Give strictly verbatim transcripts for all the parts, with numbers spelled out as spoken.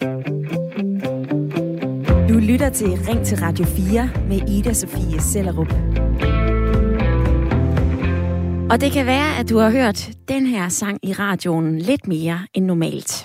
Du lytter til Ring til Radio fire med Ida Sofie Sellerup. Og det kan være, at du har hørt den her sang i radioen lidt mere end normalt.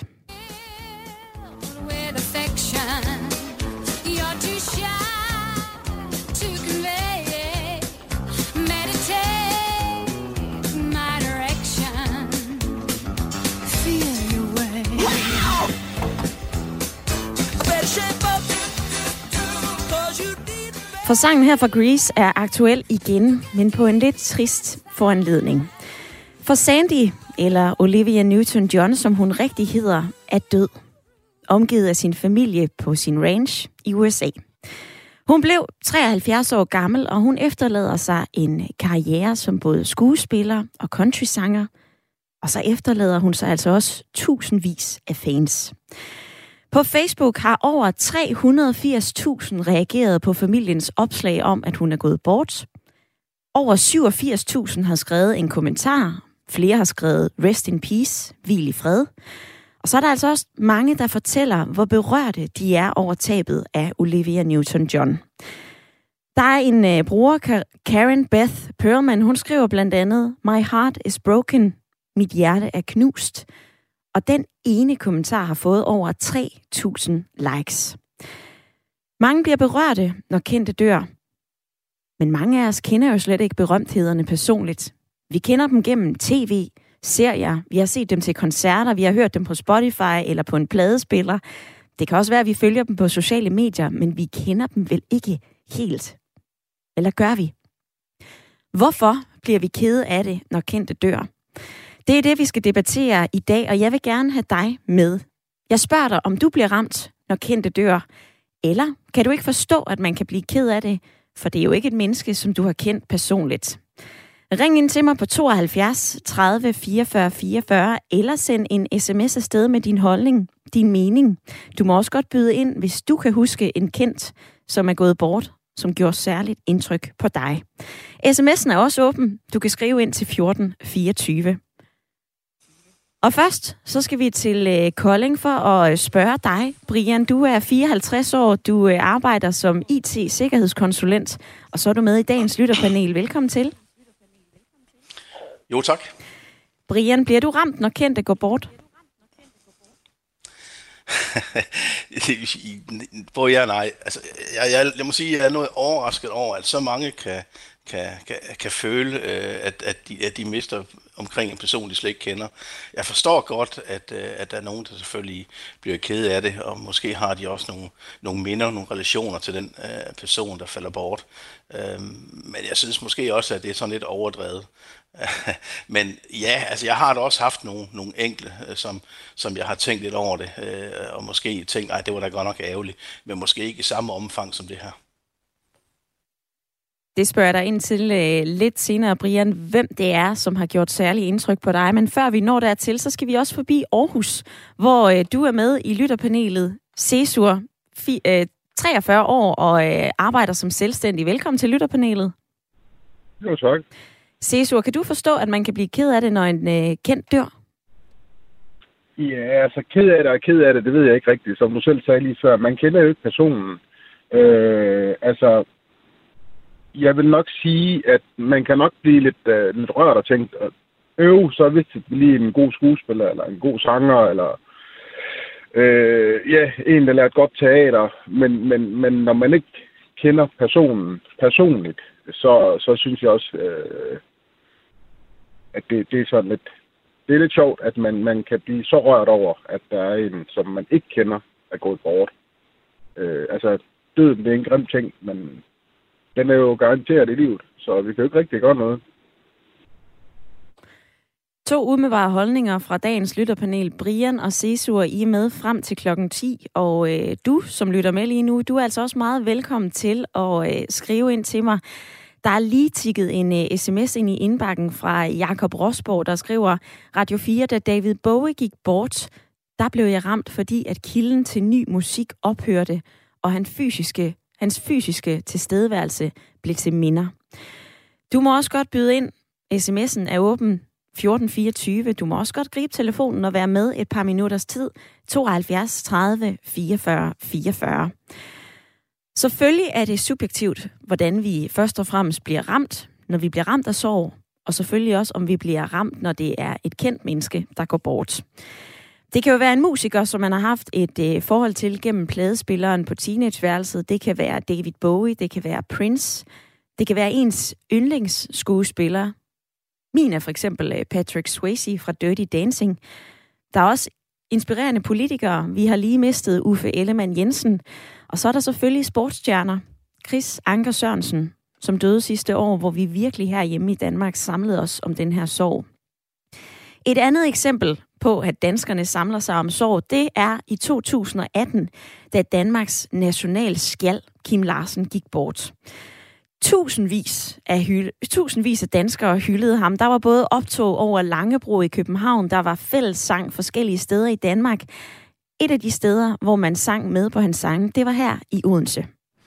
For sangen her fra Grease er aktuel igen, men på en lidt trist foranledning. For Sandy, eller Olivia Newton-John, som hun rigtig hedder, er død. Omgivet af sin familie på sin ranch i U S A. Hun blev treoghalvfjerds år gammel, og hun efterlader sig en karriere som både skuespiller og countrysanger. Og så efterlader hun sig altså også tusindvis af fans. På Facebook har over tre hundrede og firs tusind reageret på familiens opslag om, at hun er gået bort. Over syvogfirs tusind har skrevet en kommentar. Flere har skrevet rest in peace, hvil i fred. Og så er der altså også mange, der fortæller, hvor berørte de er over tabet af Olivia Newton-John. Der er en uh, bruger, Karen Beth Perlman, hun skriver blandt andet, My heart is broken, mit hjerte er knust. Og den ene kommentar har fået over tre tusind likes. Mange bliver berørte, når kendte dør. Men mange af os kender jo slet ikke berømthederne personligt. Vi kender dem gennem tv, serier, vi har set dem til koncerter, vi har hørt dem på Spotify eller på en pladespiller. Det kan også være, at vi følger dem på sociale medier, men vi kender dem vel ikke helt. Eller gør vi? Hvorfor bliver vi kede af det, når kendte dør? Det er det, vi skal debattere i dag, og jeg vil gerne have dig med. Jeg spørger dig, om du bliver ramt, når kendte dør. Eller kan du ikke forstå, at man kan blive ked af det? For det er jo ikke et menneske, som du har kendt personligt. Ring ind til mig på tooghalvfjerds tredive fireogfyrre fireogfyrre, eller send en sms afsted med din holdning, din mening. Du må også godt byde ind, hvis du kan huske en kendt, som er gået bort, som gjorde særligt indtryk på dig. sms'en er også åben. Du kan skrive ind til fjorten fireogtyve. Og først, så skal vi til øh, Kolding for at spørge dig. Brian, du er fireoghalvtreds år, du øh, arbejder som I T-sikkerhedskonsulent, og så er du med i dagens lytterpanel. Velkommen til. Jo, tak. Brian, bliver du ramt, når kendte går bort? Både ja og nej. Altså, jeg, jeg, jeg må sige, at jeg er noget overrasket over, at så mange kan, kan, kan, kan føle, at, at, de, at de mister omkring en person, de slet ikke kender. Jeg forstår godt, at, at der er nogen, der selvfølgelig bliver kede af det, og måske har de også nogle, nogle minder, nogle relationer til den uh, person, der falder bort. Uh, men jeg synes måske også, at det er sådan lidt overdrevet. Men ja, altså jeg har da også haft nogle, nogle enkle, som, som jeg har tænkt lidt over det, øh, og måske tænkt, at det var da godt nok ærgerligt, men måske ikke i samme omfang som det her. Det spørger jeg dig ind til øh, lidt senere, Brian, hvem det er, som har gjort særlig indtryk på dig. Men før vi når dertil, så skal vi også forbi Aarhus, hvor øh, du er med i lytterpanelet. Cesur, fi, øh, treogfyrre år og øh, arbejder som selvstændig. Velkommen til lytterpanelet. Jo, tak. Cesur, kan du forstå, at man kan blive ked af det, når en øh, kendt dør? Ja, altså ked af det og ked af det, det ved jeg ikke rigtigt. Som du selv sagde lige før, man kender jo ikke personen. Øh, altså, jeg vil nok sige, at man kan nok blive lidt, øh, lidt rørt og tænkt, øv, så er det lige en god skuespiller, eller en god sanger, eller øh, ja, en, der laver et godt teater. Men, men, men når man ikke kender personen personligt, så, så synes jeg også, øh, at det, det er sådan lidt, det er lidt sjovt, at man, man kan blive så rørt over, at der er en, som man ikke kender, er gået bort. Øh, altså, døden, det er en grim ting, men den er jo garanteret i livet, så vi kan jo ikke rigtig gøre noget. To umiddelbare holdninger fra dagens lytterpanel. Brian og Cesur, I er med frem til klokken ti, og øh, du, som lytter med lige nu, du er altså også meget velkommen til at øh, skrive ind til mig. Der er lige tikket en uh, sms ind i indbakken fra Jakob Rosborg, der skriver, Radio fire, da David Bowie gik bort, der blev jeg ramt, fordi at kilden til ny musik ophørte, og hans fysiske, hans fysiske tilstedeværelse blev til minder. Du må også godt byde ind. sms'en er åben. fjorten fireogtyve. Du må også godt gribe telefonen og være med et par minutters tid. tooghalvfjerds tredive fireogfyrre fireogfyrre. Selvfølgelig er det subjektivt, hvordan vi først og fremmest bliver ramt, når vi bliver ramt af sorg, og selvfølgelig også, om vi bliver ramt, når det er et kendt menneske, der går bort. Det kan jo være en musiker, som man har haft et øh, forhold til gennem pladespilleren på teenageværelset. Det kan være David Bowie, det kan være Prince, det kan være ens yndlingsskuespiller. Min er for eksempel øh, Patrick Swayze fra Dirty Dancing. Der er også inspirerende politikere. Vi har lige mistet Uffe Ellemann-Jensen. Og så er der selvfølgelig sportsstjerner. Chris Anker Sørensen, som døde sidste år, hvor vi virkelig herhjemme i Danmark samlede os om den her sorg. Et andet eksempel på, at danskerne samler sig om sorg, det er i to tusind og atten, da Danmarks nationalskjald Kim Larsen gik bort. Tusindvis af, hylde, tusindvis af danskere hyldede ham. Der var både optog over Langebro i København, der var fællessang forskellige steder i Danmark. Et af de steder, hvor man sang med på hans sange, det var her i Odense.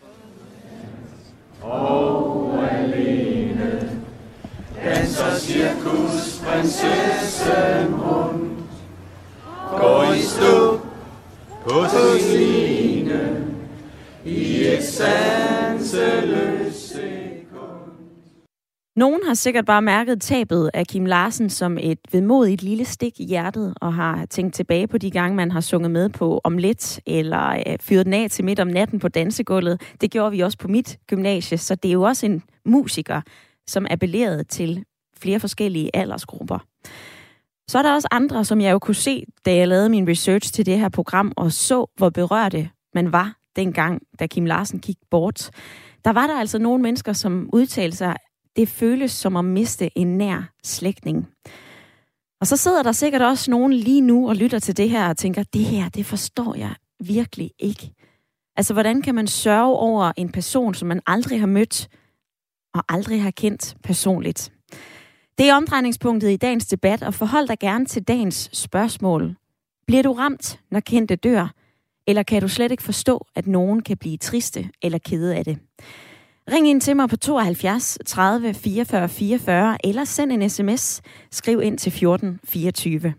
Og alene danser cirkusprinsessen rundt, går i stå på sin line i et sanseløst sekund. Nogen har sikkert bare mærket tabet af Kim Larsen som et vemodigt lille stik i hjertet, og har tænkt tilbage på de gange, man har sunget med på Omelet, eller fyret den af til midt om natten på dansegulvet. Det gjorde vi også på mit gymnasie, så det er jo også en musiker, som appellerede til flere forskellige aldersgrupper. Så er der også andre, som jeg jo kunne se, da jeg lavede min research til det her program, og så, hvor berørte man var dengang, da Kim Larsen gik bort. Der var der altså nogle mennesker, som udtalte sig, det føles som at miste en nær slægtning. Og så sidder der sikkert også nogen lige nu og lytter til det her og tænker, det her, det forstår jeg virkelig ikke. Altså, hvordan kan man sørge over en person, som man aldrig har mødt og aldrig har kendt personligt? Det er omdrejningspunktet i dagens debat, og forhold dig gerne til dagens spørgsmål. Bliver du ramt, når kendte dør? Eller kan du slet ikke forstå, at nogen kan blive triste eller kede af det? Ring ind til mig på tooghalvfjerds tredive fireogfyrre fireogfyrre, eller send en sms. Skriv ind til fjorten fireogtyve.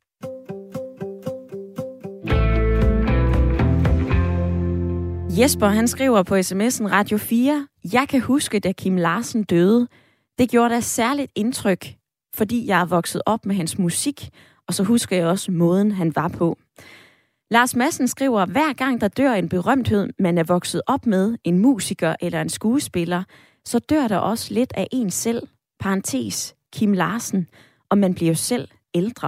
Jesper, han skriver på sms'en Radio fire. Jeg kan huske, da Kim Larsen døde. Det gjorde da særligt indtryk, fordi jeg er vokset op med hans musik, og så husker jeg også måden, han var på. Lars Madsen skriver, hver gang der dør en berømthed, man er vokset op med, en musiker eller en skuespiller, så dør der også lidt af en selv, parentes, Kim Larsen, og man bliver jo selv ældre.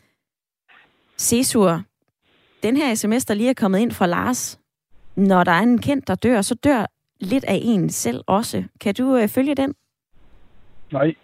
Cesur, den her sms, der lige er kommet ind fra Lars, når der er en kendt, der dør, så dør lidt af en selv også. Kan du øh, følge den? Nej,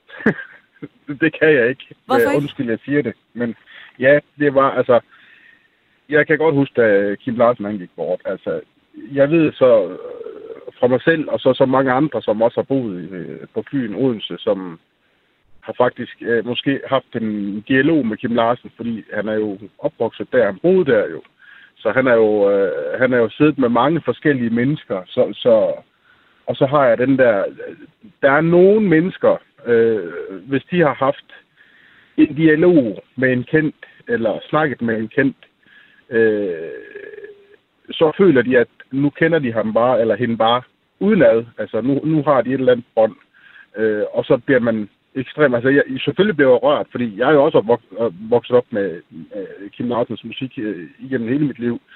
det kan jeg ikke. Hvorfor ikke? Undskyld, jeg siger det. Men ja, det var altså... Jeg kan godt huske, da Kim Larsen han gik bort. Altså, jeg ved så fra mig selv, og så så mange andre, som også har boet på Fyn, Odense, som har faktisk øh, måske haft en dialog med Kim Larsen, fordi han er jo opvokset der, han boede der jo. Så han er jo, øh, han er jo siddet med mange forskellige mennesker, så, så, og så har jeg den der, der er nogle mennesker, øh, hvis de har haft en dialog med en kendt, eller snakket med en kendt, øh, så føler de, at nu kender de ham bare, eller hende bare udenad. Altså nu, nu har de et eller andet bånd, øh, og så bliver man ekstremt, altså jeg, selvfølgelig bliver jeg rørt, fordi jeg er jo også vokset, vokset op med øh, Kim Larsens musik øh, igennem hele mit liv.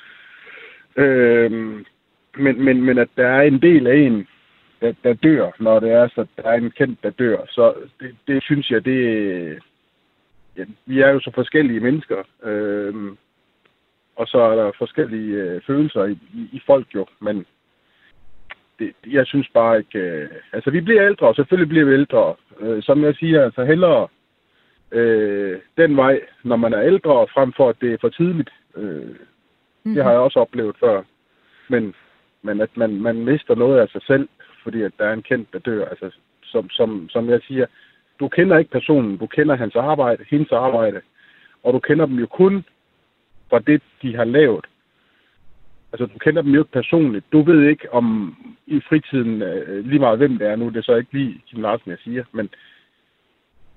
Øh, men, men, men at der er en del af en, der, der dør, når det er, så der er en kendt, der dør. Så det, det synes jeg, det ja, vi er jo så forskellige mennesker, øh, og så er der forskellige øh, følelser i, i, i folk jo, men det, jeg synes bare ikke... Øh, altså, vi bliver ældre, og selvfølgelig bliver vi ældre. Øh, som jeg siger, altså hellere øh, den vej, når man er ældre, frem for at det er for tidligt. Øh, mm-hmm. Det har jeg også oplevet før. Men, men at man, man mister noget af sig selv, fordi at der er en kendt, der dør. Altså, som, som, som jeg siger, du kender ikke personen, du kender hans arbejde, hendes arbejde, og du kender dem jo kun fra det, de har lavet. Altså, du kender dem jo ikke personligt. Du ved ikke om i fritiden øh, lige meget, hvem det er nu. Det er så ikke lige Kim Larsen, jeg siger. Men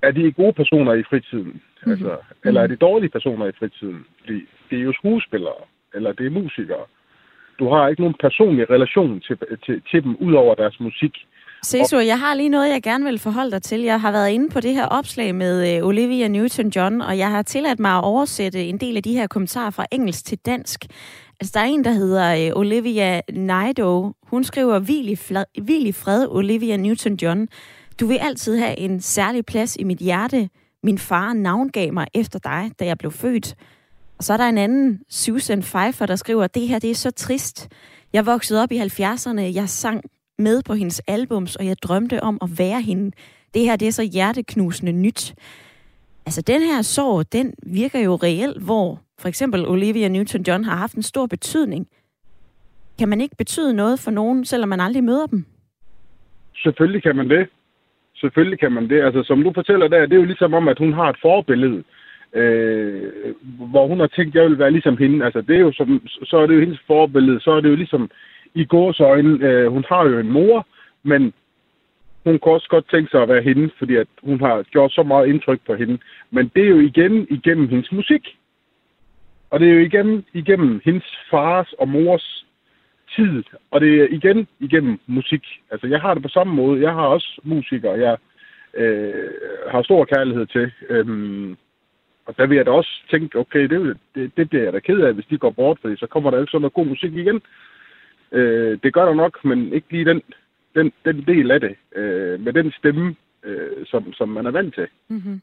er de gode personer i fritiden? Mm-hmm. Altså, eller er de dårlige personer i fritiden? Fordi det er jo skuespillere, eller det er musikere. Du har ikke nogen personlig relation til, til, til dem, ud over deres musik. Cesur, jeg har lige noget, jeg gerne vil forholde dig til. Jeg har været inde på det her opslag med øh, Olivia Newton-John, og jeg har tilladt mig at oversætte en del af de her kommentarer fra engelsk til dansk. Altså, der er en, der hedder øh, Olivia Naidoo. Hun skriver, hvil i, fla- hvil i fred, Olivia Newton-John. Du vil altid have en særlig plads i mit hjerte. Min far navngav mig efter dig, da jeg blev født. Og så er der en anden, Susan Pfeiffer, der skriver, det her det er så trist. Jeg voksede op i halvfjerdserne. Jeg sang med på hendes albums, og jeg drømte om at være hende. Det her, det er så hjerteknusende nyt. Altså, den her sorg, den virker jo reelt, hvor for eksempel Olivia Newton-John har haft en stor betydning. Kan man ikke betyde noget for nogen, selvom man aldrig møder dem? Selvfølgelig kan man det. Selvfølgelig kan man det. Altså, som du fortæller der, det er jo ligesom om, at hun har et forbillede, øh, hvor hun har tænkt, at jeg vil være ligesom hende. Altså, det er jo som, så er det jo hendes forbillede. Så er det jo ligesom i gåseøjne. Øh, hun har jo en mor, men hun kan også godt tænke sig at være hende, fordi at hun har gjort så meget indtryk på hende. Men det er jo igen igennem hendes musik. Og det er jo igen igennem hendes fars og mors tid. Og det er igen igennem musik. Altså, jeg har det på samme måde. Jeg har også musikere, jeg øh, har stor kærlighed til. Øhm, og der vil jeg da også tænke, okay, det, det, det bliver jeg da ked af, hvis de går bort, fordi så kommer der ikke sådan noget god musik igen. Øh, det gør der nok, men ikke lige den, den, den del af det. Øh, med den stemme, øh, som, som man er vant til. Mm-hmm.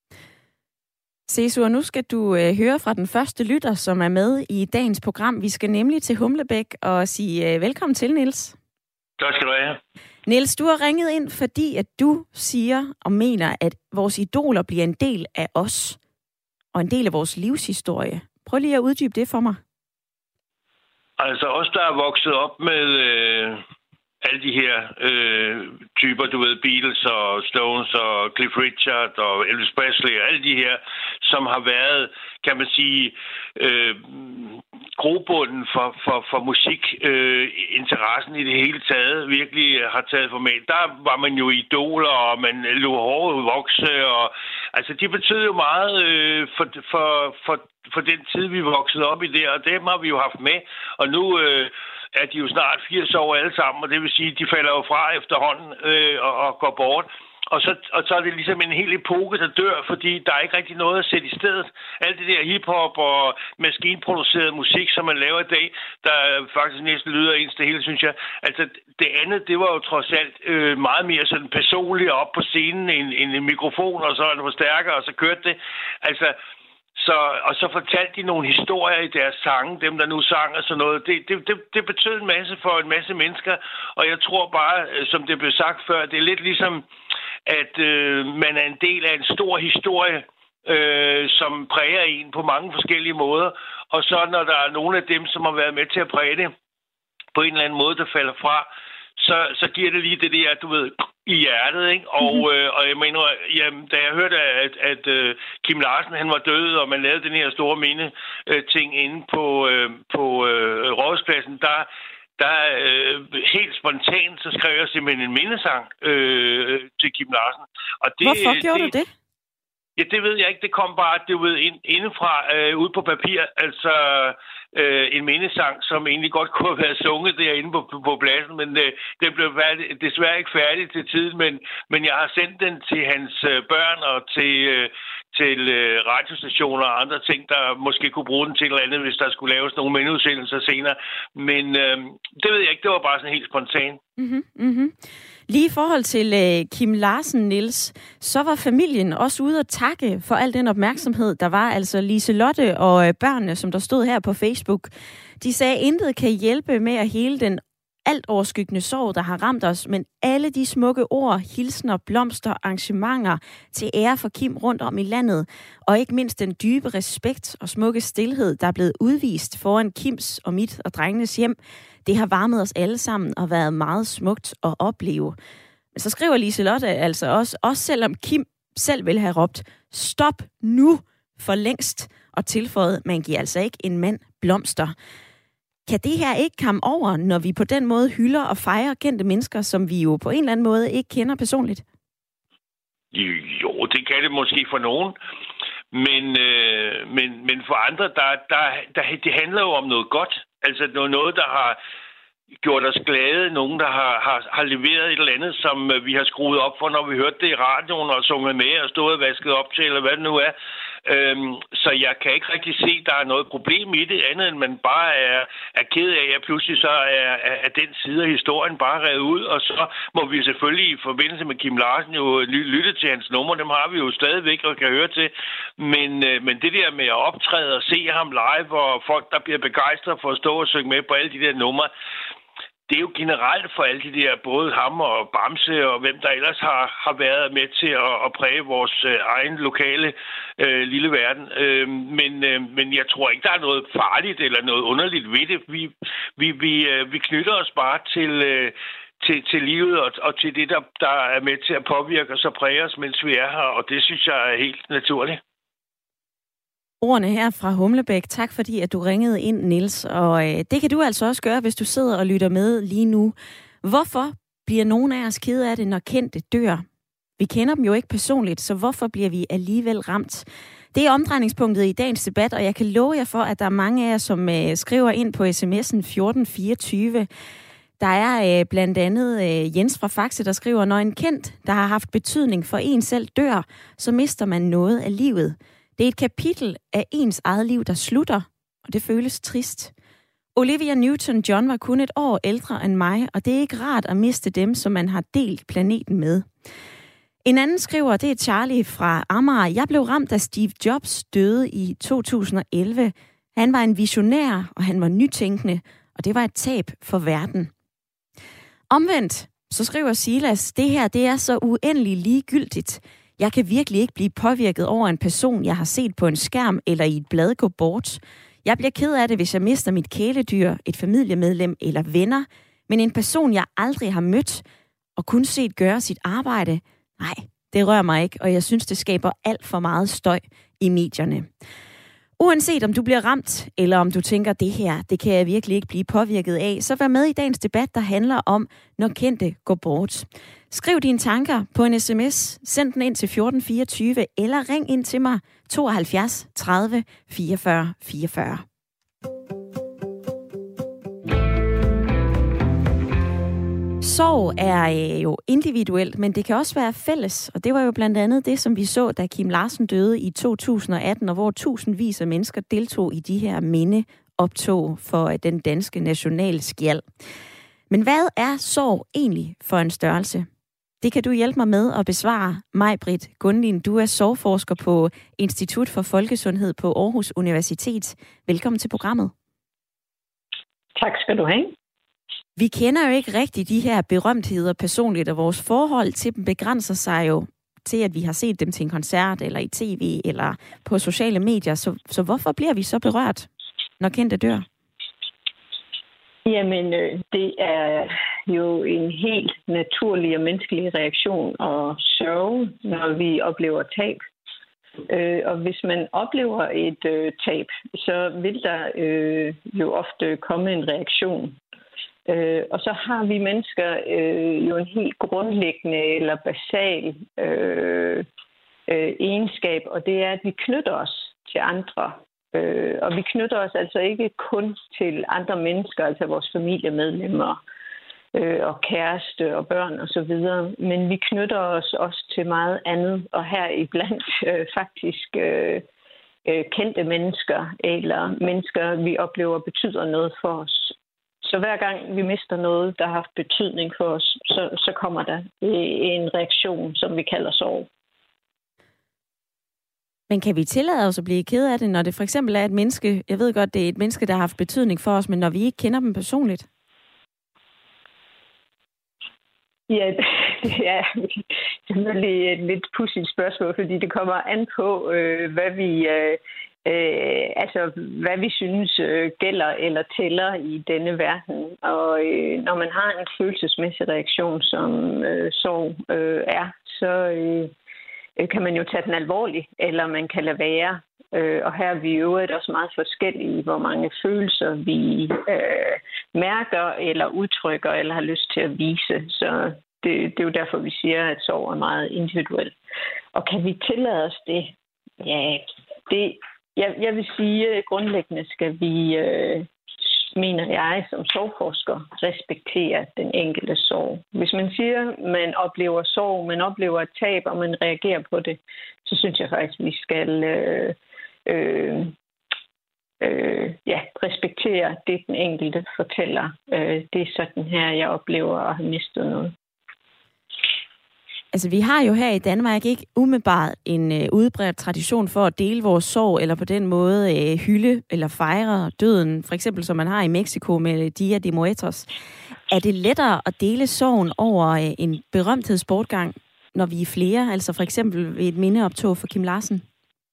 Cesur, nu skal du øh, høre fra den første lytter, som er med i dagens program. Vi skal nemlig til Humlebæk og sige øh, velkommen til, Niels. Tak skal du have. Niels, du har ringet ind, fordi at du siger og mener, at vores idoler bliver en del af os og en del af vores livshistorie. Prøv lige at uddybe det for mig. Altså os, der er vokset op med øh, alle de her øh, typer, du ved, Beatles og Stones og Cliff Richard og Elvis Presley og alle de her, som har været, kan man sige, øh, grobunden for, for, for musikinteressen øh, i det hele taget, virkelig har taget format. Der var man jo idoler, og man lå hårdt vokse, og altså de betød jo meget øh, for, for, for, for den tid, vi voksede op i det, og dem har vi jo haft med, og nu øh, er de jo snart firs år alle sammen, og det vil sige, de falder jo fra efterhånden øh, og, og går bort. Og så, og så er det ligesom en hel epoke, der dør, fordi der er ikke rigtig noget at sætte i stedet. Alt det der hiphop og maskinproduceret musik, som man laver i dag, der faktisk næsten lyder ens det hele, synes jeg. Altså det andet, det var jo trods alt øh, meget mere sådan personligt op på scenen end, end en mikrofon, og så en forstærker, og så kørte det. Altså... Så, og så fortalte de nogle historier i deres sange, dem der nu sang og sådan noget. Det, det, det, det betød en masse for en masse mennesker, og jeg tror bare, som det blev sagt før, det er lidt ligesom, at øh, man er en del af en stor historie, øh, som præger en på mange forskellige måder. Og så når der er nogle af dem, som har været med til at præge det på en eller anden måde, der falder fra, så, så giver det lige det der, du ved, i hjertet, ikke? Og, mm-hmm. øh, og jeg mener, jamen, da jeg hørte, at, at, at uh, Kim Larsen, han var død, og man lavede den her store minde uh, ting inde på, uh, på uh, Rådhuspladsen, der, der uh, helt spontant, så skrev jeg simpelthen en mindesang uh, til Kim Larsen. Og det, Hvorfor gjorde det, du det? Ja, det ved jeg ikke. Det kom bare, det ved, ind, indefra, øh, ud på papir. Altså øh, en mindesang, som egentlig godt kunne have været sunget derinde på, på, på pladsen, men øh, den blev færdig, desværre ikke færdig til tiden, men, men jeg har sendt den til hans øh, børn og til, øh, til øh, radiostationer og andre ting, der måske kunne bruge den til et eller andet, hvis der skulle laves nogle mindeudsendelser senere. Men øh, det ved jeg ikke. Det var bare sådan helt spontan. Mhm, mhm. Lige i forhold til øh, Kim Larsen, Niels, så var familien også ude at takke for al den opmærksomhed, der var. Altså Liselotte og øh, børnene, som der stod her på Facebook. De sagde, at intet kan hjælpe med at hele den alt overskyggende sorg, der har ramt os, men alle de smukke ord, hilsner, blomster, arrangementer til ære for Kim rundt om i landet, og ikke mindst den dybe respekt og smukke stilhed, der er blevet udvist foran Kims og mit og drengenes hjem, det har varmet os alle sammen og været meget smukt at opleve. Men så skriver Liselotte altså også, også selvom Kim selv ville have råbt, stop nu for længst, og tilføjet, man giver altså ikke en mand blomster. Kan det her ikke komme over, når vi på den måde hylder og fejrer kendte mennesker, som vi jo på en eller anden måde ikke kender personligt? Jo, det kan det måske for nogen. Men, øh, men, men for andre, der, der, der, det handler jo om noget godt. Altså noget, der har gjort os glade. Nogen, der har, har, har leveret et eller andet, som vi har skruet op for, når vi hørte det i radioen og sunget med og stået og vasket op til, eller hvad det nu er. Øhm, så jeg kan ikke rigtig se, at der er noget problem i det, andet end man bare er, er ked af, at pludselig så er, er, er den side af historien bare revet ud, og så må vi selvfølgelig i forbindelse med Kim Larsen jo lytte til hans numre. Dem har vi jo stadigvæk og kan høre til. Men, øh, men det der med at optræde og se ham live, og folk, der bliver begejstret for at stå og synge med på alle de der numre, det er jo generelt for alle de der, både ham og Bamse og hvem der ellers har, har været med til at, at præge vores øh, egen lokale øh, lille verden. Øh, men, øh, men jeg tror ikke, der er noget farligt eller noget underligt ved det. Vi, vi, vi, øh, vi knytter os bare til, øh, til, til livet og, og til det, der, der er med til at påvirke os og præge os, mens vi er her. Og det synes jeg er helt naturligt. Ordene her fra Humlebæk. Tak fordi, at du ringede ind, Niels. Og øh, det kan du altså også gøre, hvis du sidder og lytter med lige nu. Hvorfor bliver nogen af os ked af det, når kendte dør? Vi kender dem jo ikke personligt, så hvorfor bliver vi alligevel ramt? Det er omdrejningspunktet i dagens debat, og jeg kan love jer for, at der er mange af jer, som øh, skriver ind på sms'en fjorten fireogtyve. Der er øh, blandt andet øh, Jens fra Faxe, der skriver, når en kendt, der har haft betydning for en selv, dør, så mister man noget af livet. Det er et kapitel af ens eget liv, der slutter, og det føles trist. Olivia Newton-John var kun et år ældre end mig, og det er ikke rart at miste dem, som man har delt planeten med. En anden skriver, det er Charlie fra Amager. Jeg blev ramt, da Steve Jobs døde i to tusind og elleve. Han var en visionær, og han var nytænkende, og det var et tab for verden. Omvendt, så skriver Silas, det her det er så uendelig ligegyldigt. Jeg kan virkelig ikke blive påvirket over en person, jeg har set på en skærm eller i et blad gå bort. Jeg bliver ked af det, hvis jeg mister mit kæledyr, et familiemedlem eller venner. Men en person, jeg aldrig har mødt og kun set gøre sit arbejde, nej, det rører mig ikke, og jeg synes, det skaber alt for meget støj i medierne. Uanset om du bliver ramt, eller om du tænker, det her, det kan jeg virkelig ikke blive påvirket af, så vær med i dagens debat, der handler om, når kendte går bort. Skriv dine tanker på en sms, send den ind til fjorten fireogtyve, eller ring ind til mig tooghalvfjerds tredive fireogfyrre fireogfyrre. Sorg er øh, jo individuelt, men det kan også være fælles, og det var jo blandt andet det, som vi så, da Kim Larsen døde i to tusind og atten, og hvor tusindvis af mennesker deltog i de her mindeoptog for øh, den danske nationalskjald. Men hvad er sorg egentlig for en størrelse? Det kan du hjælpe mig med at besvare. Maj-Britt Gundlin, du er sorgforsker på Institut for Folkesundhed på Aarhus Universitet. Velkommen til programmet. Tak skal du have. Vi kender jo ikke rigtig de her berømtheder personligt, og vores forhold til dem begrænser sig jo til, at vi har set dem til en koncert, eller i tv, eller på sociale medier. Så, så hvorfor bliver vi så berørt, når kendte dør? Jamen, det er jo en helt naturlig og menneskelig reaktion at sørge, når vi oplever tab. Og hvis man oplever et tab, så vil der jo ofte komme en reaktion. Øh, og så har vi mennesker øh, jo en helt grundlæggende eller basal øh, øh, egenskab, og det er, at vi knytter os til andre. Øh, og vi knytter os altså ikke kun til andre mennesker, altså vores familiemedlemmer øh, og kæreste og børn osv., men vi knytter os også til meget andet, og her iblandt øh, faktisk øh, øh, kendte mennesker eller mennesker, vi oplever betyder noget for os. Så hver gang vi mister noget, der har haft betydning for os, så, så kommer der en reaktion, som vi kalder sorg. Men kan vi tillade os at blive ked af det, når det for eksempel er et menneske, jeg ved godt, det er et menneske, der har haft betydning for os, men når vi ikke kender dem personligt? Ja, det er selvfølgelig et lidt pudsigt spørgsmål, fordi det kommer an på, øh, hvad vi... Øh, Øh, altså, hvad vi synes øh, gælder eller tæller i denne verden. Og øh, når man har en følelsesmæssig reaktion, som øh, sorg øh, er, så øh, kan man jo tage den alvorligt, eller man kan lade være. Øh, og her er vi jo også meget forskellige, hvor mange følelser vi øh, mærker, eller udtrykker, eller har lyst til at vise. Så det, det er jo derfor, vi siger, at sorg er meget individuelt. Og kan vi tillade os det? Ja, det, jeg, jeg vil sige, at grundlæggende skal vi, øh, mener jeg som sorgforsker, respektere den enkelte sorg. Hvis man siger, at man oplever sorg, man oplever et tab, og man reagerer på det, så synes jeg faktisk, at vi skal øh, øh, øh, ja, respektere det, den enkelte fortæller. Øh, det er sådan her, jeg oplever at have mistet noget. Altså, vi har jo her i Danmark ikke umiddelbart en øh, udbredt tradition for at dele vores sorg, eller på den måde øh, hylde eller fejre døden, for eksempel som man har i Mexico med Dia de Muertos. Er det lettere at dele sorgen over øh, en berømthedsbortgang, når vi er flere, altså for eksempel ved et mindeoptog for Kim Larsen?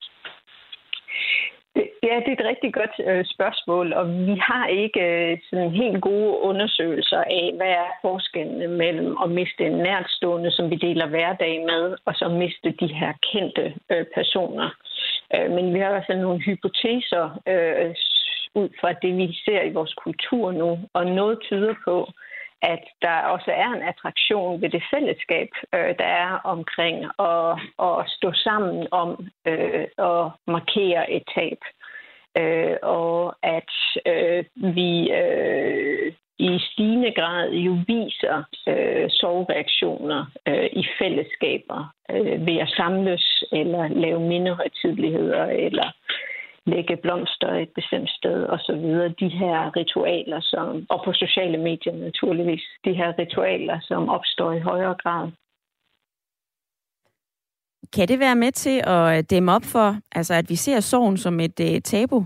Ja, det er et rigtig godt øh, spørgsmål, og vi har ikke øh, sådan helt gode undersøgelser af, hvad er forskellen mellem at miste en nærtstående, som vi deler hverdag med, og så miste de her kendte øh, personer. Øh, men vi har i hvert fald nogle hypoteser øh, ud fra det, vi ser i vores kultur nu, og noget tyder på, at der også er en attraktion ved det fællesskab, øh, der er omkring at, at stå sammen om øh, at markere et tab. Øh, og at øh, vi øh, i stigende grad jo viser øh, sorgreaktioner øh, i fællesskaber øh, ved at samles eller lave mindehøjtideligheder eller lægge blomster et bestemt sted osv. De her ritualer, som, og på sociale medier naturligvis, de her ritualer, som opstår i højere grad. Kan det være med til at dæmme op for, altså at vi ser sorgen som et uh, tabu?